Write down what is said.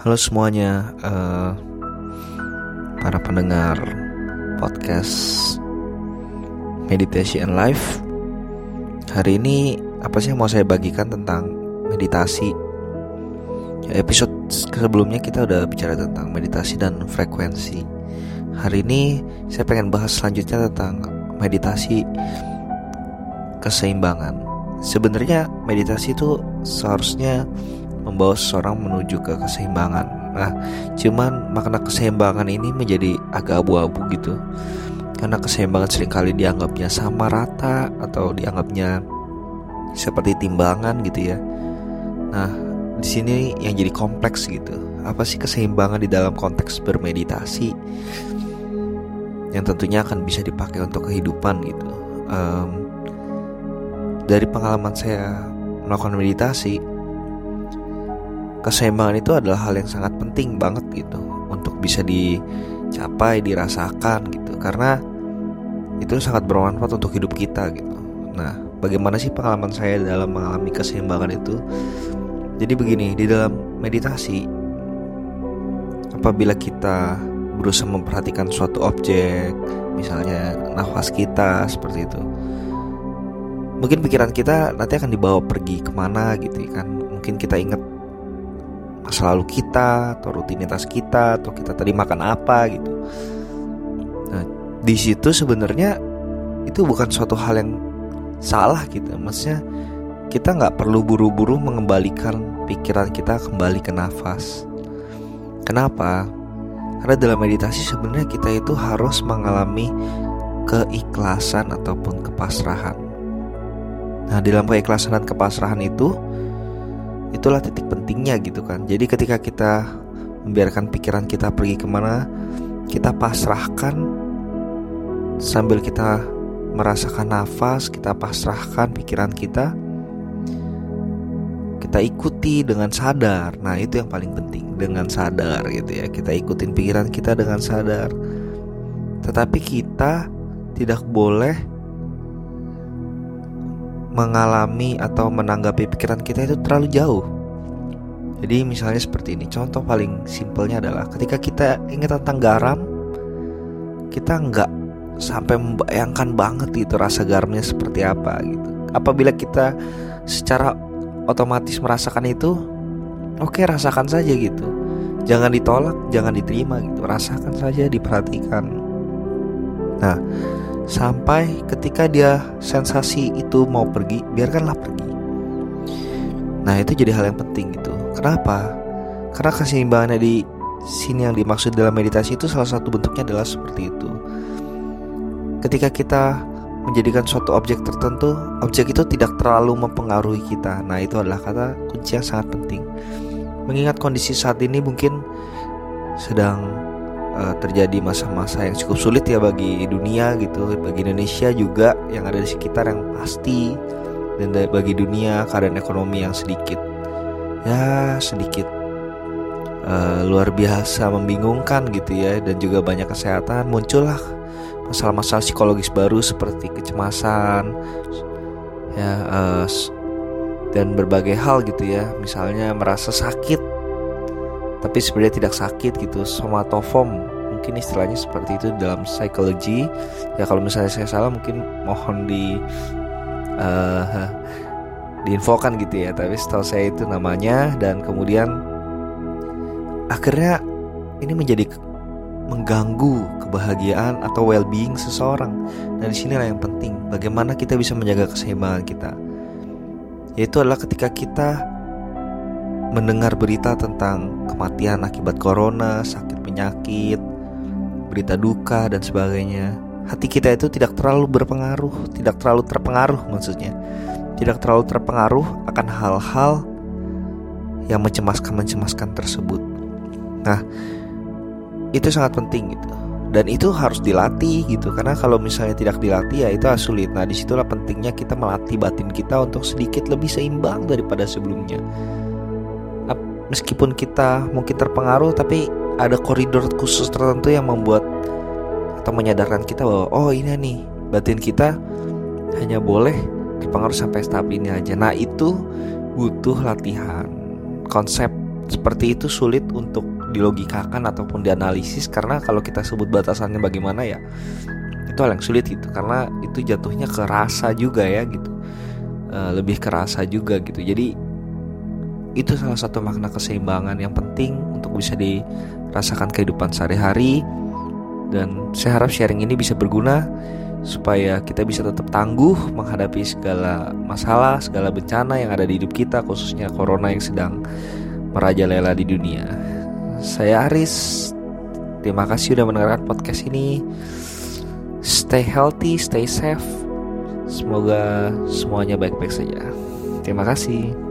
Halo semuanya, para pendengar podcast Meditation Life. Hari ini apa sih yang mau saya bagikan tentang meditasi? Episode sebelumnya kita udah bicara tentang meditasi dan frekuensi. Hari ini saya pengen bahas selanjutnya tentang meditasi keseimbangan. Sebenarnya meditasi itu seharusnya membawa seseorang menuju ke keseimbangan. Nah, cuman makna keseimbangan ini menjadi agak abu-abu gitu. Karena keseimbangan seringkali dianggapnya sama rata atau dianggapnya seperti timbangan gitu ya. Nah, di sini yang jadi kompleks gitu. Apa sih keseimbangan di dalam konteks bermeditasi? Yang tentunya akan bisa dipakai untuk kehidupan gitu. Dari pengalaman saya melakukan meditasi, keseimbangan itu adalah hal yang sangat penting banget gitu untuk bisa dicapai, dirasakan gitu. Karena itu sangat bermanfaat untuk hidup kita gitu. Nah, bagaimana sih pengalaman saya dalam mengalami keseimbangan itu? Jadi begini, di dalam meditasi, apabila kita berusaha memperhatikan suatu objek, misalnya nafas kita seperti itu, mungkin pikiran kita nanti akan dibawa pergi kemana gitu kan. Mungkin kita ingat masa lalu kita, atau rutinitas kita, atau kita tadi makan apa gitu. Nah, di situ sebenarnya itu bukan suatu hal yang salah gitu. Maksudnya kita nggak perlu buru-buru mengembalikan pikiran kita kembali ke nafas. Kenapa? Karena dalam meditasi sebenarnya kita itu harus mengalami keikhlasan ataupun kepasrahan. Nah, dalam keikhlasan dan kepasrahan itulah titik pentingnya gitu kan. Jadi ketika kita membiarkan pikiran kita pergi kemana, kita pasrahkan sambil kita merasakan nafas, kita pasrahkan pikiran kita ikuti dengan sadar. Nah, itu yang paling penting, dengan sadar gitu ya. Kita ikutin pikiran kita dengan sadar. Tetapi kita tidak boleh mengalami atau menanggapi pikiran kita itu terlalu jauh. Jadi misalnya seperti ini, contoh paling simpelnya adalah ketika kita ingat tentang garam, kita nggak sampai membayangkan banget gitu rasa garamnya seperti apa gitu. Apabila kita secara otomatis merasakan itu, oke, rasakan saja gitu. Jangan ditolak, jangan diterima gitu. Rasakan saja, diperhatikan. Nah, sampai ketika dia sensasi itu mau pergi, biarkanlah pergi. Nah, itu jadi hal yang penting gitu. Kenapa? Karena keseimbangannya di sini yang dimaksud dalam meditasi itu salah satu bentuknya adalah seperti itu. Ketika kita menjadikan suatu objek tertentu, objek itu tidak terlalu mempengaruhi kita. Nah, itu adalah kata kunci yang sangat penting. Mengingat kondisi saat ini mungkin sedang terjadi masa-masa yang cukup sulit ya bagi dunia gitu, bagi Indonesia juga yang ada di sekitar yang pasti, dan bagi dunia keadaan ekonomi yang sedikit luar biasa membingungkan gitu ya, dan juga banyak kesehatan. Muncullah masalah-masalah psikologis baru seperti kecemasan ya, dan berbagai hal gitu ya. Misalnya merasa sakit tapi sebenarnya tidak sakit gitu, somatofom mungkin istilahnya seperti itu dalam psikologi ya. Kalau misalnya saya salah mungkin mohon diinfokan gitu ya, tapi setahu saya itu namanya. Dan kemudian akhirnya ini menjadi mengganggu kebahagiaan atau well-being seseorang. Dan disinilah yang penting, bagaimana kita bisa menjaga keseimbangan kita. Yaitu adalah ketika kita mendengar berita tentang kematian akibat corona, sakit penyakit, berita duka dan sebagainya, hati kita itu tidak terlalu terpengaruh maksudnya. Tidak terlalu terpengaruh akan hal-hal yang mencemaskan tersebut. Nah, itu sangat penting gitu. Dan itu harus dilatih gitu. Karena kalau misalnya tidak dilatih ya itu sulit. Nah, disitulah pentingnya kita melatih batin kita untuk sedikit lebih seimbang daripada sebelumnya. Meskipun kita mungkin terpengaruh, tapi ada koridor khusus tertentu yang membuat atau menyadarkan kita bahwa oh ini nih, batin kita hanya boleh terpengaruh sampai tahap ini aja. Nah, itu butuh latihan. Konsep seperti itu sulit untuk dilogikakan ataupun dianalisis, karena kalau kita sebut batasannya bagaimana ya itu hal yang sulit gitu, karena itu jatuhnya ke rasa juga ya gitu, lebih ke rasa juga gitu. Jadi itu salah satu makna keseimbangan yang penting untuk bisa dirasakan kehidupan sehari-hari. Dan saya harap sharing ini bisa berguna supaya kita bisa tetap tangguh menghadapi segala masalah, segala bencana yang ada di hidup kita, khususnya corona yang sedang merajalela di dunia. Saya Aris, terima kasih sudah mendengarkan podcast ini. Stay healthy, stay safe. Semoga semuanya baik-baik saja. Terima kasih.